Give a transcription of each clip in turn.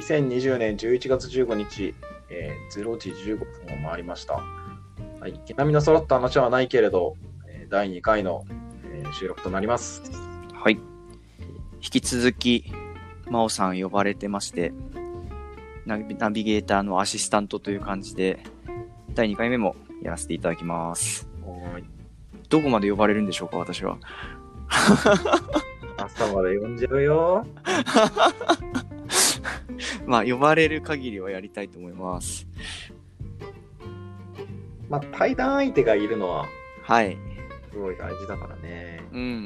2020年11月15日、0時15分を回りました。はい、毛並みの揃った話はないけれど、第2回の、収録となります。 はい。引き続き、真央さん呼ばれてまして、ナビゲーターのアシスタントという感じで、第2回目もやらせていただきます。 はい。 どこまで呼ばれるんでしょうか、私は。 朝まで呼んじゃうよ。 まあ、呼ばれる限りはやりたいと思います。 まあ、対談相手がいるのは、 はい。 すごい大事だからね。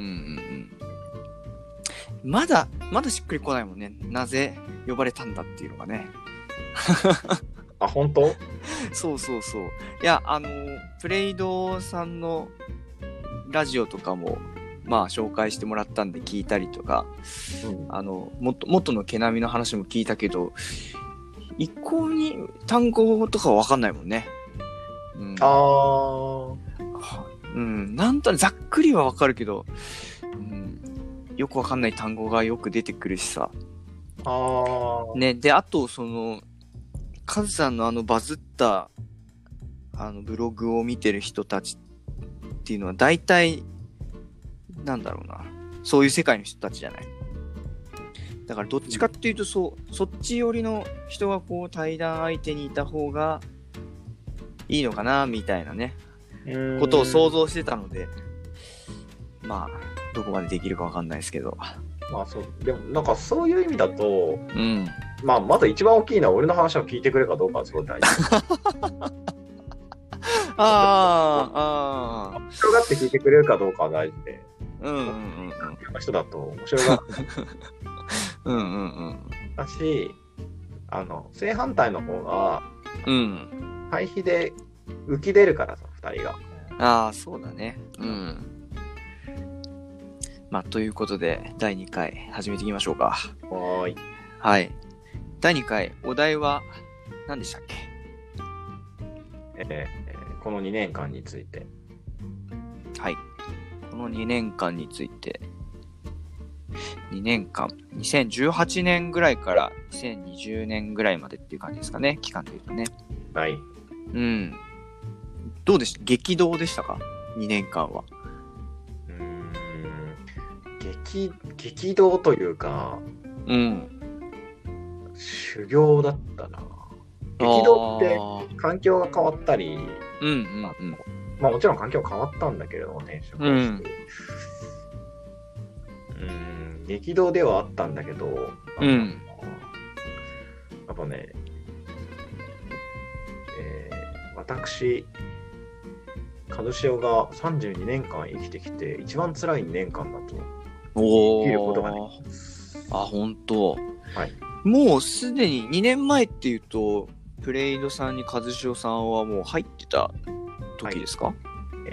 まだしっくりこないもんね。なぜ呼ばれたんだっていうのがね。 あ、本当？ そう。いや、プレイドさんのラジオとかも、まあ、紹介してもらったんで聞いたりとか、元の毛並みの話も聞いたけど、一向に単語とかは分かんないもんね。なんとなくざっくりは分かるけど、よく分かんない単語がよく出てくるしさ。ね、で、あと、カズさんのバズった、ブログを見てる人たちっていうのは、大体、なんだろうな。そういう世界の人たちじゃない。だから、どっちかっていうと、そっち寄りの人がこう、対談相手にいた方がいいのかな、みたいなね、ことを想像してたので、まあ、どこまでできるかわかんないですけど。 まあでもなんかそういう意味だと、まあまず一番大きいのは俺の話を聞いてくれるかどうかはすごい大事。面白がって聞いてくれるかどうかは大事で。人だと面白がって。だし、正反対の方が、対比で浮き出るからさ、二人が。 そうだね。まあ、ということで、第2回始めていきましょうか。はい。第2回、お題は何でしたっけ？ この2年間について。 はい。この2年間について。2年間、2018年ぐらいから2020年ぐらいまでっていう感じですかね。期間で言うとね。 はい。 どうでした？激動でしたか？ 2 年間は。 激動というか、修行だったな。激動って環境が変わったり、まあもちろん環境変わったんだけれども、転職をして、激動ではあったんだけど、やっぱね、私、カズシオが32年間生きてきて一番辛い2年間だと生きることができます。 本当。 はい。 もうすでに2年前っていうと、プレイドさんにカズシオさんはもう入ってた時ですか？ はい、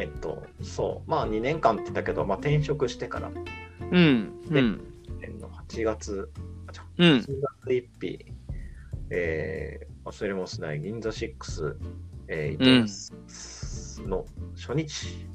そう。まあ2年間って言ったけど、まあ転職してから。で、8月、1月1日、忘れもしない銀座6、イテウスの初日。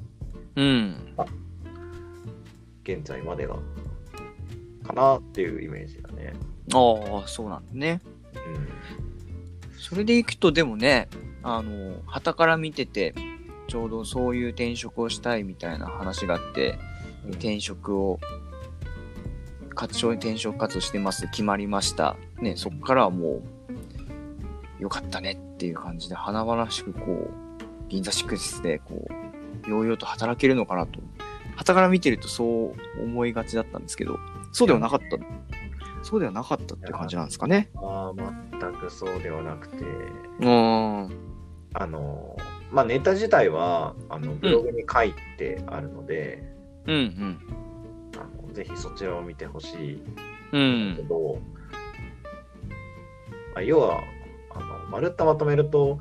現在までがかなっていうイメージだね。 そうなんだね。それでいくとでもね、傍から見ててちょうどそういう転職をしたいみたいな話があって、転職活動してます決まりましたね。そっからはもうよかったねっていう感じで華々しくこう銀座6でこうようようと働けるのかなと。傍から見てるとそう思いがちだったんですけど、そうではなかったっていう感じなんですかね。 全くそうではなくて、まあネタ自体はブログに書いてあるので、ぜひそちらを見てほしいけど、要はまるっとまとめると、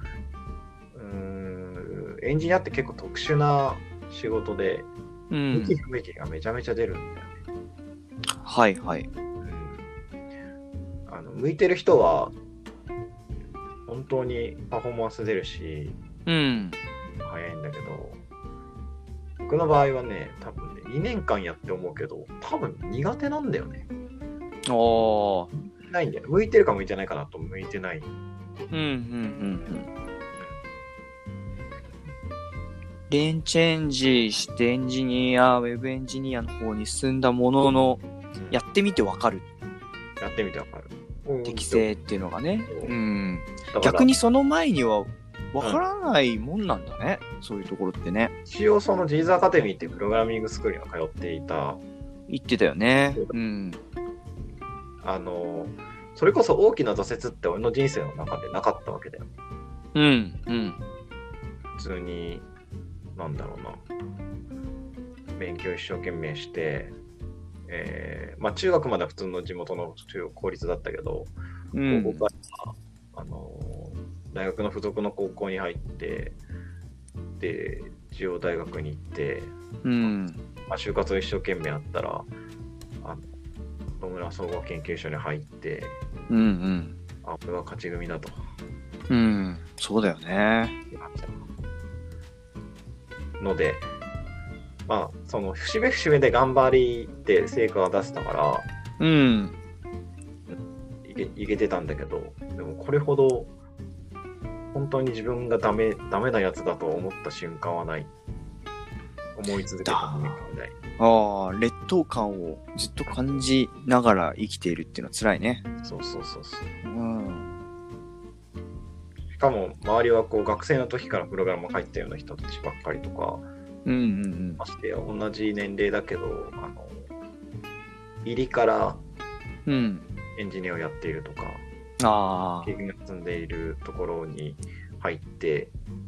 エンジニアって結構特殊な仕事で、向き不向きがめちゃめちゃ出るんだよね。 はいはい。 向いてる人は本当にパフォーマンス出るし、早いんだけど、僕の場合はね、多分ね、2年間やって思うけど、多分苦手なんだよね。 ないんだよ。向いてるか向いてないかなと向いてない。 レーンチェンジしてエンジニア、ウェブエンジニアの方に進んだものの、やってみてわかる。 やってみてわかる。 適性っていうのがね。逆にその前にはわからないもんなんだね。そういうところってね。 一応そのジーズアカデミーっていうプログラミングスクールには通っていた。 言ってたよね。 それこそ大きな挫折って俺の人生の中でなかったわけだよ。普通に、なんだろうな。勉強一生懸命して、中学までは普通の地元の公立だったけど、高校から大学の付属の高校に入って、で、中央大学に行って、就活を一生懸命やったら、野村総合研究所に入って、これは勝ち組だと。 そうだよね。 ので、その節目節目で頑張りって成果が出せたから、いけてたんだけど、でもこれほど本当に自分がダメなやつだと思った瞬間はない。思い続けたみたい。 劣等感をずっと感じながら生きているっていうのは辛いね。 そう。しかも周りはこう学生の時からプログラム入ったような人たちばっかりとか、ましてや同じ年齢だけど、入りからエンジニアをやっているとか、経験が積んでいるところに入って、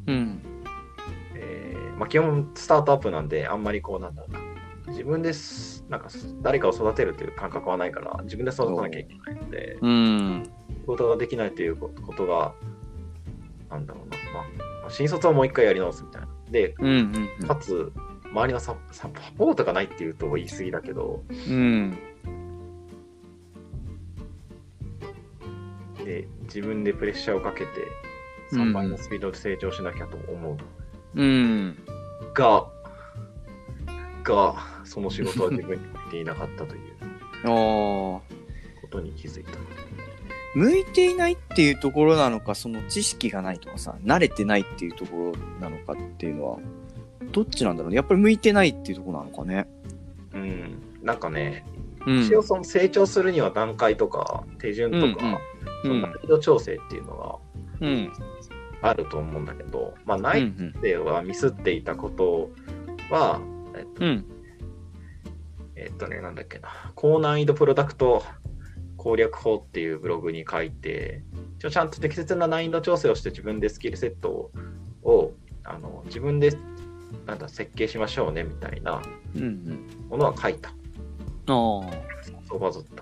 基本スタートアップなんであんまりこうなんだろうな、自分でなんか誰かを育てるという感覚はないから自分で育たなきゃいけないので、仕事ができないということがなんだろうな、新卒をもう一回やり直すみたいなで、かつ周りのサポートがないっていうと言い過ぎだけど、で自分でプレッシャーをかけて3倍のスピードで成長しなきゃと思う。がその仕事は自分に向いていなかったということに気づいた。 向いていないっていうところなのか、その知識がないとかさ、慣れてないっていうところなのかっていうのはどっちなんだろうね。やっぱり向いてないっていうところなのかね。 なんかね、一応その成長するには段階とか手順とか、その難易度調整っていうのがあると思うんだけど、内定はミスっていたことは、なんだっけな、高難易度プロダクト攻略法っていうブログに書いて、ちゃんと適切な難易度調整をして自分でスキルセットを自分で設計しましょうねみたいなものは書いた。そうバズった。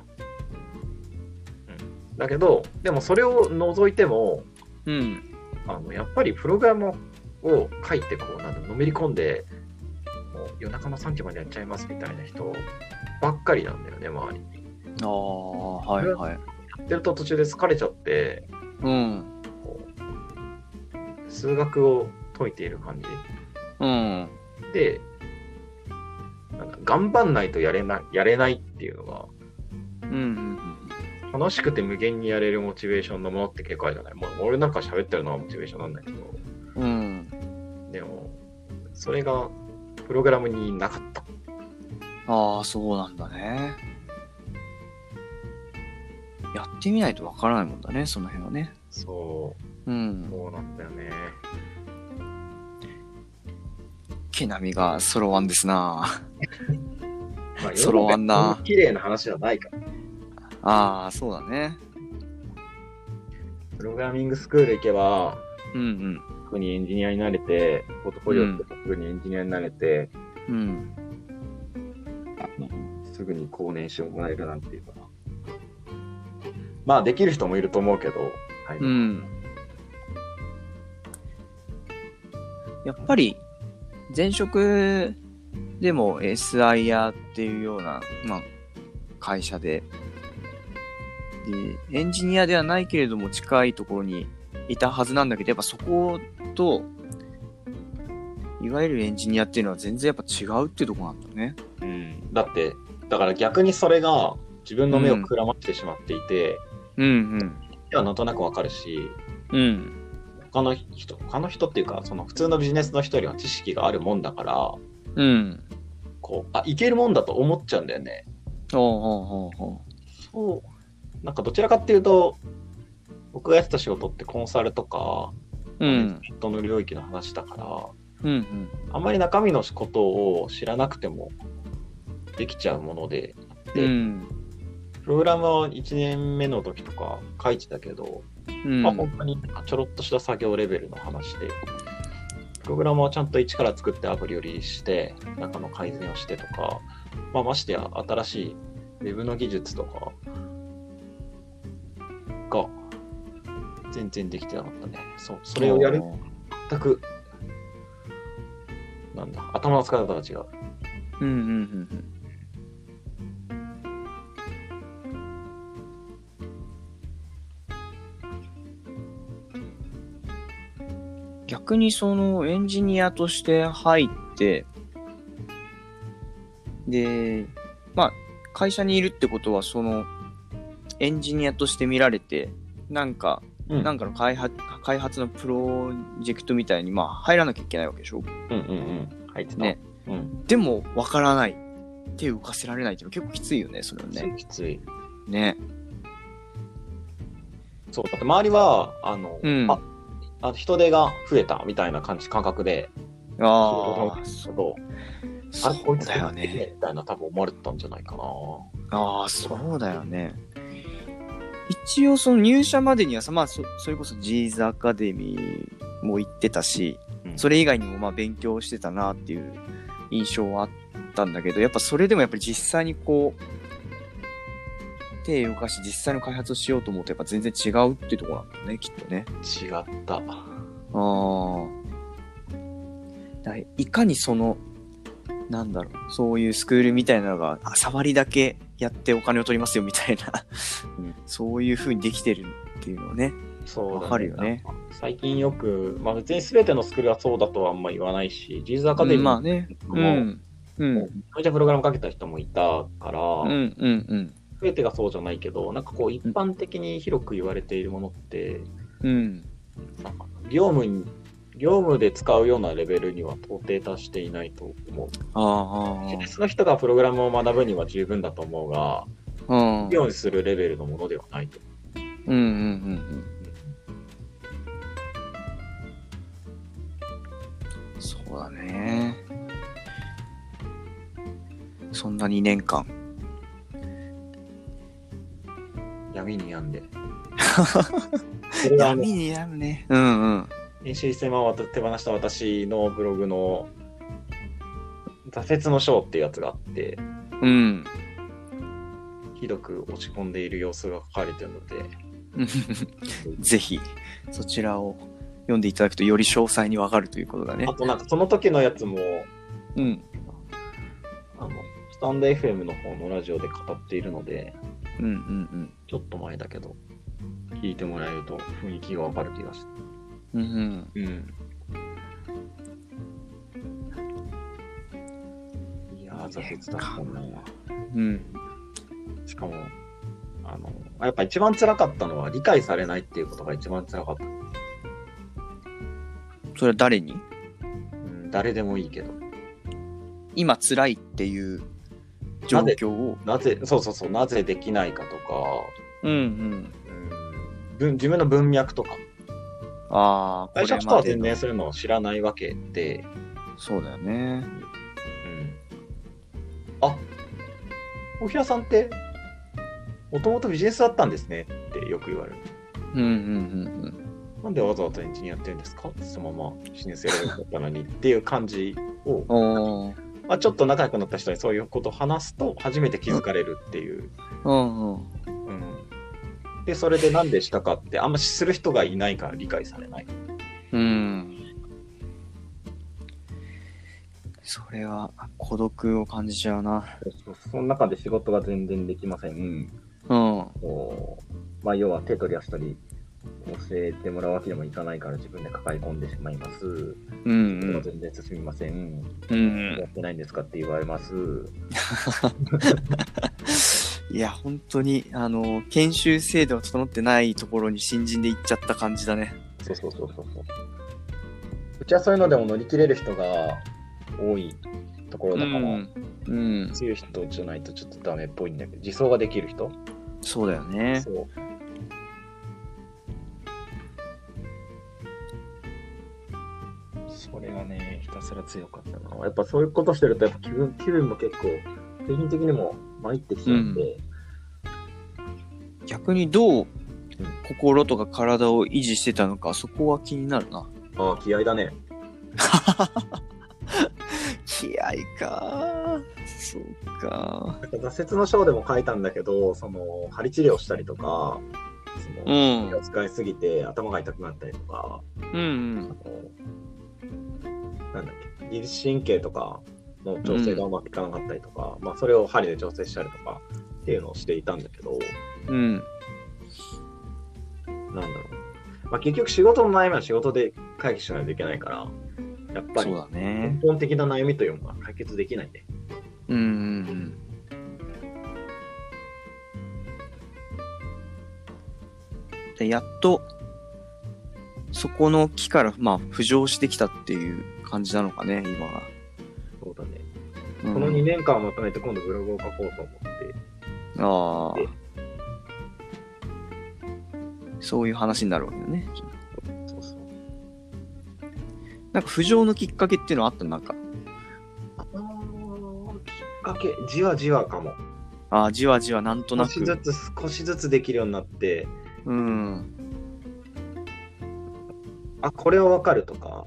だけど、でもそれを除いても、やっぱりプログラムを書いてのめり込んで、もう夜中の3時までやっちゃいますみたいな人ばっかりなんだよね、周りに。やってると途中で疲れちゃって、数学を解いている感じ。で、頑張んないとやれないっていうのが、楽しくて無限にやれるモチベーションのものって結構あるじゃない。もう俺なんか喋ってるのはモチベーションなんだけど、でもそれがプログラムになかった。 そうなんだね。やってみないとわからないもんだね、その辺はね。そうなんだよね。毛並みがソロワンですな。ソロワンな。 綺麗な話じゃないから。 そうだね。 プログラミングスクール行けば、すぐにエンジニアになれて、ポートフォリオってすぐにエンジニアになれて、すぐに高年収をもらえるなんていうのは。できる人もいると思うけど、 やっぱり前職でも SIR っていうような、会社でエンジニアではないけれども近いところにいたはずなんだけど、やっぱそこといわゆるエンジニアっていうのは全然やっぱ違うっていうところなんだね。 だから逆にそれが自分の目をくらましてしまっていて、 うんうん。 ではなんとなくわかるし、 うん。 他の人っていうか、その普通のビジネスの人よりは知識があるもんだから、 うん。 こう、いけるもんだと思っちゃうんだよね。 そう。 なんかどちらかっていうと、僕がやってた仕事ってコンサルとか、 うん、 ネットの領域の話だから、 うんうん、 あんまり中身のことを知らなくてもできちゃうものであって、プログラムは1年目の時とか書いてたけど、まあ本当にちょろっとした作業レベルの話で、プログラムはちゃんと一から作ってアプリをリリースして、中の改善をしてとか、まあましてや新しいウェブの技術とかが全然できてなかったね。それをやる全くなんだ、頭の使い方が違う。 逆にそのエンジニアとして入って、で、まあ、会社にいるってことは、そのエンジニアとして見られて、なんかの開発のプロジェクトみたいに、まあ、入らなきゃいけないわけでしょ。 入ってた。 ね。でも、わからない。手を浮かせられないっていうの結構きついよね、それはね。 きつい。 ね。 そう、だって周りは、人手が増えたみたいな感覚で、 こいつだよね。みたいな多分思われてたんじゃないかな。 そうだよね。一応その入社までにはさ、まあそれこそジーズアカデミーも行ってたし、それ以外にもまあ勉強してたなっていう印象はあったんだけど、やっぱそれでもやっぱり実際にこう、手を動かし実際の開発をしようと思うとやっぱ全然違うっていうところなんだよね、きっとね。 違った。 いかにその、なんだろう、そういうスクールみたいなのが、触りだけやってお金を取りますよみたいな、そういう風にできてるっていうのをね、わかるよね。 最近よく、まあ別に全てのスクールはそうだとはあんま言わないし、ジーズアカデミーまあね、 めちゃプログラムかけた人もいたから、全てがそうじゃないけど、なんかこう一般的に広く言われているものって、なんか業務で使うようなレベルには到底達していないと思う。ビジネスの人がプログラムを学ぶには十分だと思うが、業務するレベルのものではないと。 そうだね。そんな2年間。 闇に病んで。 闇に病むね。 編集1000万を手放した私のブログの挫折の章っていうやつがあって、ひどく落ち込んでいる様子が書かれているのでぜひそちらを読んでいただくとより詳細にわかるということだね。 あとなんかその時のやつも、スタンド FM の方のラジオで語っているので、ちょっと前だけど聞いてもらえると雰囲気がわかる気がして。いやー、挫折だったな。しかも、やっぱ一番辛かったのは理解されないっていうことが一番辛かった。 それは誰に？ 誰でもいいけど。 今辛いっていう状況を。 なぜできないかとか、自分の文脈とか。会社とは全然そういうのを知らないわけで。 そうだよね。 大平さんってもともとビジネスだったんですねってよく言われる。なんでわざわざエンジニアやってるんですか？そのままビジネスやればよかったのにっていう感じを、ちょっと仲良くなった人にそういうことを話すと初めて気づかれるっていう。でそれでなんでしたかってあんまりする人がいないから理解されない。 それは孤独を感じちゃうな。 その中で仕事が全然できません。要は手取り足取り教えてもらうわけにもいかないから自分で抱え込んでしまいます。全然進みません。やってないんですかって言われます。 いや、本当に、研修制度が整ってないところに新人で行っちゃった感じだね。 そう。うちはそういうのでも乗り切れる人が多いところだから、強い人じゃないとちょっとダメっぽいんだけど、自走ができる人？ そうだよね。 そう。それがね、ひたすら強かったな。やっぱそういうことしてると、やっぱ気分も結構、精神的にも参ってきちゃうんで。 逆にどう心とか体を維持してたのか、そこは気になるな。 ああ、気合だね。 気合か。そうか。 挫折の章でも書いたんだけど、針治療したりとか、手を使いすぎて頭が痛くなったりとか、なんだっけ、自律神経とかの調整がうまくいかなかったりとか、まあそれを針で調整したりとかっていうのをしていたんだけど、なんだろう。まあ結局仕事の悩みは仕事で解決しないといけないから、やっぱり根本的な悩みというのは解決できないね。 でやっとそこの木からまあ浮上してきたっていう感じなのかね、今は。 そうだね。この2年間をまとめて今度ブログを書こうと思って。 そういう話になるわけだね。そう。なんか浮上のきっかけっていうのはあったの？なんか。 きっかけ、じわじわかも。 じわじわなんとなく。 少しずつできるようになって。これはわかるとか。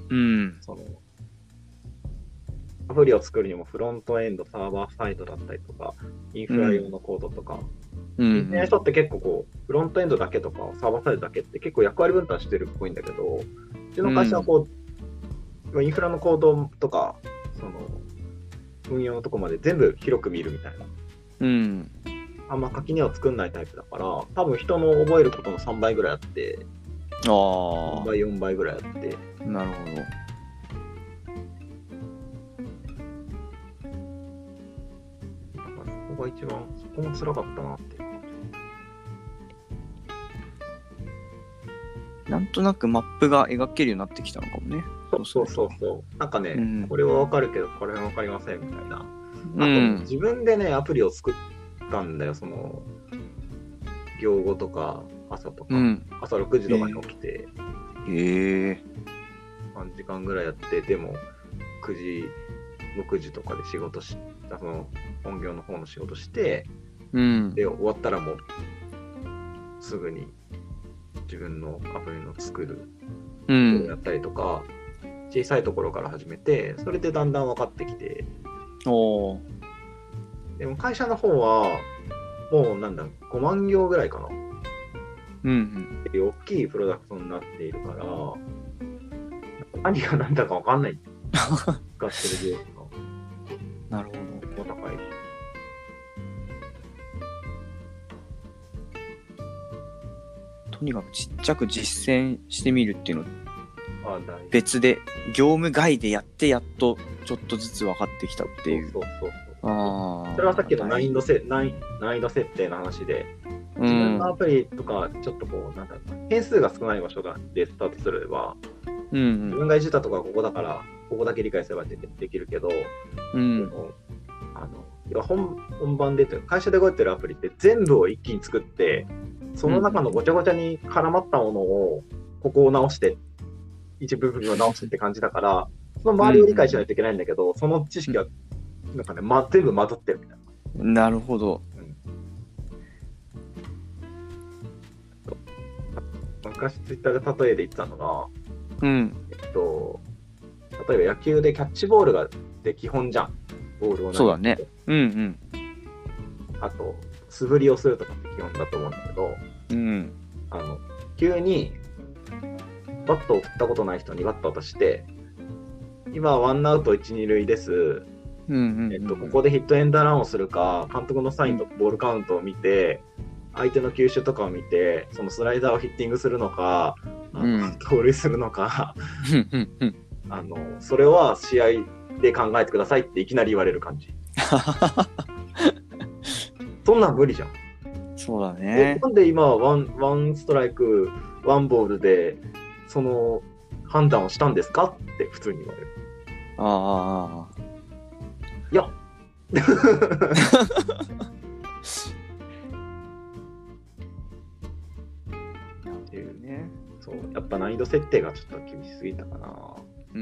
アプリを作るにもフロントエンド、サーバーサイドだったりとか、インフラ用のコードとか。エンジニアの人って結構こう、フロントエンドだけとか、サーバーサイドだけって結構役割分担してるっぽいんだけど、うちの会社はこう、インフラのコードとか、運用のとこまで全部広く見るみたいな。あんま垣根を作んないタイプだから、多分人の覚えることの3倍ぐらいあって、3倍、4倍ぐらいあって。 なるほど。 そこが一番、そこも辛かったなって。 なんとなくマップが描けるようになってきたのかもね。 そう。なんかね、これはわかるけど、これはわかりませんみたいな。自分でね、アプリを作ったんだよ、業後とか、朝とか、朝6時とかに起きて、3時間ぐらいやって、でも、6時とかで仕事し、本業の方の仕事して、で、終わったらもう、すぐに自分のアプリの作るをやったりとか、小さいところから始めて、それでだんだん分かってきて、でも会社の方は、もう5万行ぐらいかな。大きいプロダクトになっているから、何が何だか分かんない。使ってるゲームが。なるほど。 高いし。 とにかくちっちゃく実践してみるっていうの別で業務外でやってやっとちょっとずつ分かってきたっていう。 そう。それはさっきの難易度設定の話で、自分のアプリとかちょっとこう変数が少ない場所でスタートすれば、自分がいじったとこはここだからここだけ理解すればできるけど、本番でというか会社で動いてるアプリって全部を一気に作って、その中のごちゃごちゃに絡まったものをここを直して一部分を直してって感じだから、その周りを理解しないといけないんだけど、その知識はなんかね、全部混ざってるみたいな。なるほど。 昔ツイッターで例えで言ってたのが、例えば野球でキャッチボールがって基本じゃん。ボールを投げて。 そうだね。 あと素振りをするとかって基本だと思うんだけど、急にバットを振ったことない人にバットを渡して、今ワンアウト1、2塁です。ここでヒットエンドランをするか、監督のサインとボールカウントを見て、相手の球種とかを見て、そのスライダーをヒッティングするのか、盗塁するのか、それは試合で考えてくださいっていきなり言われる感じ。 そんなん無理じゃん。 そうだね。 なんで今はワンストライク、ワンボールで、その判断をしたんですかって普通に言われる。 ああ。 いや。っていうね。そう、やっぱ難易度設定がちょっと厳しすぎたかな。 うん。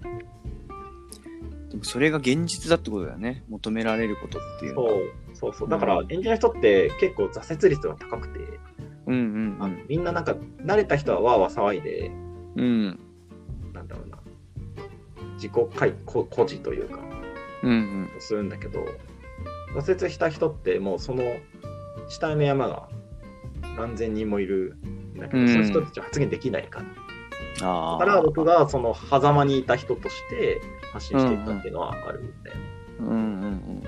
でもそれが現実だってことだよね。求められることっていうのは。 そう。だからエンジニアの人って結構挫折率が高くて、みんななんか慣れた人はわーわー騒いで、なんだろうな、自己誇示というか、するんだけど、挫折した人ってもうその下の山が何千人もいるんだけど、その人たちは発言できないから。だから僕がその狭間にいた人として発信していったっていうのはあるんだよね。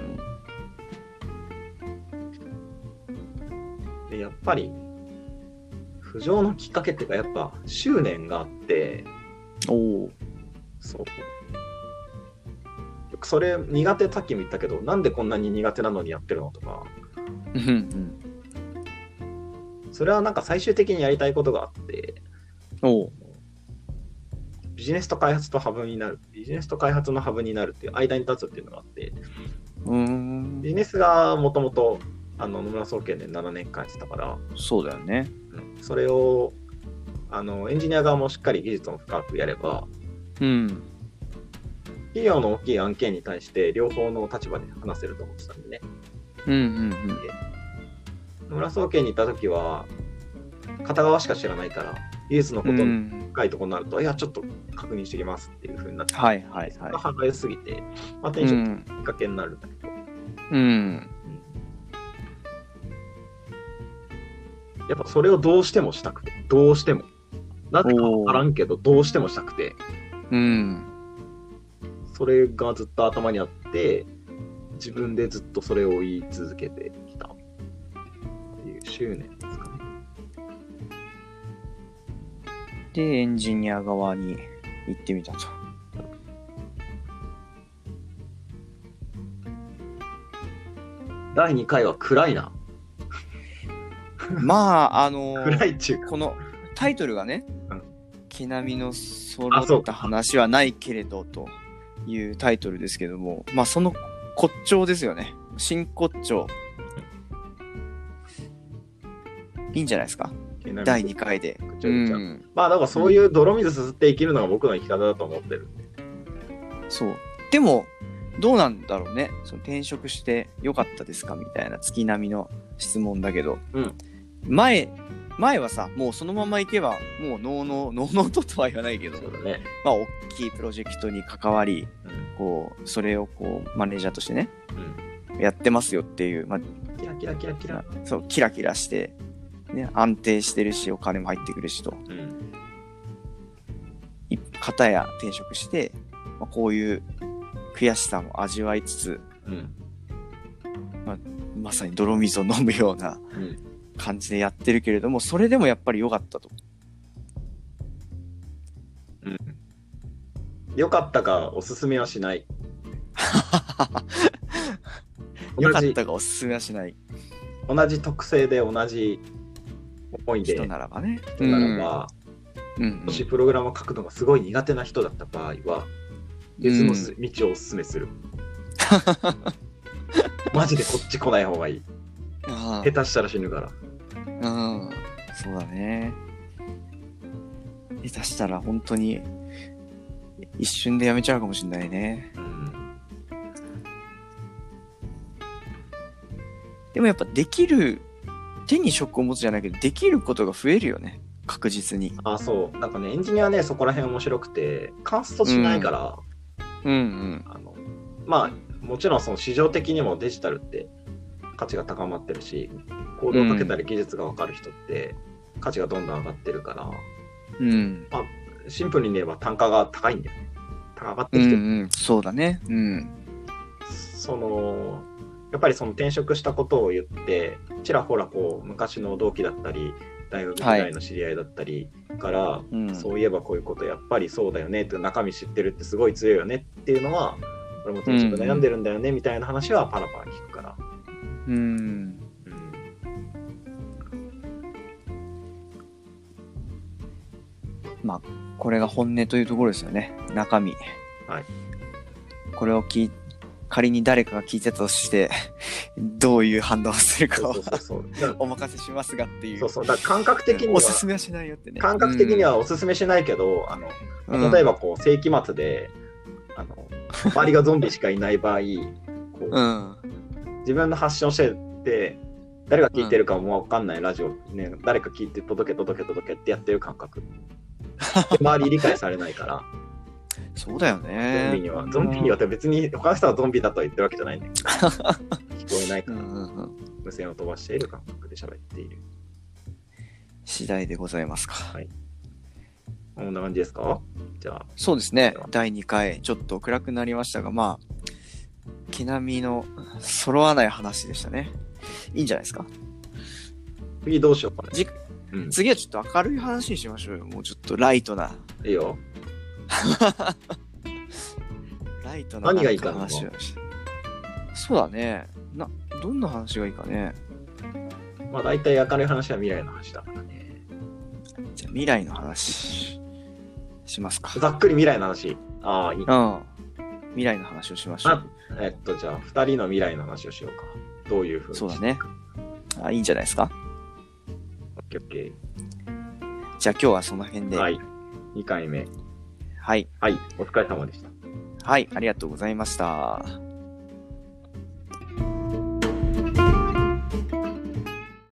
でやっぱり浮上のきっかけっていうか、やっぱ執念があって、そうそれ苦手、さっきも言ったけど、なんでこんなに苦手なのにやってるのとか、それはなんか最終的にやりたいことがあって、ビジネスと開発とハブになる、ビジネスと開発のハブになるっていう間に立つっていうのがあって、ビジネスがもともと野村総研で7年間やってたから、 そうだよね。 それをエンジニア側もしっかり技術を深くやれば、企業の大きい案件に対して両方の立場で話せると思ってたんでね。野村総研にいた時は片側しか知らないから、技術のことの深いところになると、いやちょっと確認してきますっていう風になって、歯が良すぎて、転職きっかけになるんだけど、やっぱそれをどうしてもしたくて、どうしてもなぜかわからんけどどうしてもしたくて、それがずっと頭にあって、自分でずっとそれを言い続けてきたっていう執念ですかね。 でエンジニア側に行ってみたと。 第2回は暗いな。 まあ暗いっちゅうか、 このタイトルがね、毛並みの揃った話はないけれどというタイトルですけども、まあその骨頂ですよね。真骨頂。いいんじゃないですか。第2回で。 まあだからそういう泥水すすって生きるのが僕の生き方だと思ってる。 そう。でもどうなんだろうね。その転職してよかったですかみたいな月並みの質問だけど、前はさ、もうそのまま行けばもうのうのうとは言わないけど、 そうだね、 まあ大きいプロジェクトに関わり、こうそれをこうマネージャーとしてね、やってますよっていう、まあキラそうキラキラしてね、安定してるしお金も入ってくるしと、片や転職して、まあ、こういう悔しさも味わいつつ、まさに泥水を飲むような感じでやってるけれども、それでもやっぱり良かったと。 良かったかおすすめはしない。 良かったかおすすめはしない。 同じ特性で同じ思いで人ならばね。 もしプログラムを書くのがすごい苦手な人だった場合は別の道をおすすめする。マジでこっち来ない方がいい。下手したら死ぬから。 そうだね。下手したら本当に一瞬でやめちゃうかもしれないね。でもやっぱできる、手に職を持つじゃないけどできることが増えるよね、確実に。 そうなんかね、エンジニアね、そこら辺面白くてカンストしないから、まあもちろんその市場的にもデジタルって価値が高まってるし、コードをかけたり技術が分かる人って価値がどんどん上がってるから、まあ、シンプルに言えば単価が高いんだよね。上がってきてる。 そうだね。 やっぱりその転職したことを言ってちらほらこう昔の同期だったり大学時代の知り合いだったりから、そういえばこういうことやっぱりそうだよねって中身知ってるってすごい強いよねっていうのは、俺も転職悩んでるんだよねみたいな話はパラパラ聞くから、 うん。まあ、これが本音というところですよね。中身。 はい。 これを仮に誰かが聞いてたとして、どういう判断をするかをお任せしますがっていう。 そうそう。だから感覚的には。 おすすめはしないよってね。 感覚的にはおすすめしないけど、例えばこう、世紀末で、周りがゾンビしかいない場合、自分の発信をしてて、誰が聞いてるかもわかんないラジオ、ね、誰か聞いて届けってやってる感覚。周り理解されないから。 そうだよね。 ゾンビにはって別に他の人はゾンビだとは言ってるわけじゃないんだけど、聞こえないから、無線を飛ばしている感覚で喋っている。 次第でございますか。 はい。こんな感じですか？じゃあ。 そうですね。第2回、ちょっと暗くなりましたが、まあ、毛並みの揃わない話でしたね。いいんじゃないですか？ 次どうしようかね。 次はちょっと明るい話にしましょうよ。もうちょっとライトな。 いいよ。 ライトな話を。何がいいかな。そうだね。どんな話がいいかね。 まあ大体明るい話は未来の話だからね。 じゃあ未来の話しますか。 ざっくり未来の話。ああ、いい。 未来の話をしましょう。 じゃあ2人の未来の話をしようか。どういうふうに。 そうだね。いいんじゃないですか。 オッケーオッケー。 じゃあ今日はその辺で。 はい。2回目。 はい。 はい。お疲れ様でした。 はい。ありがとうございました。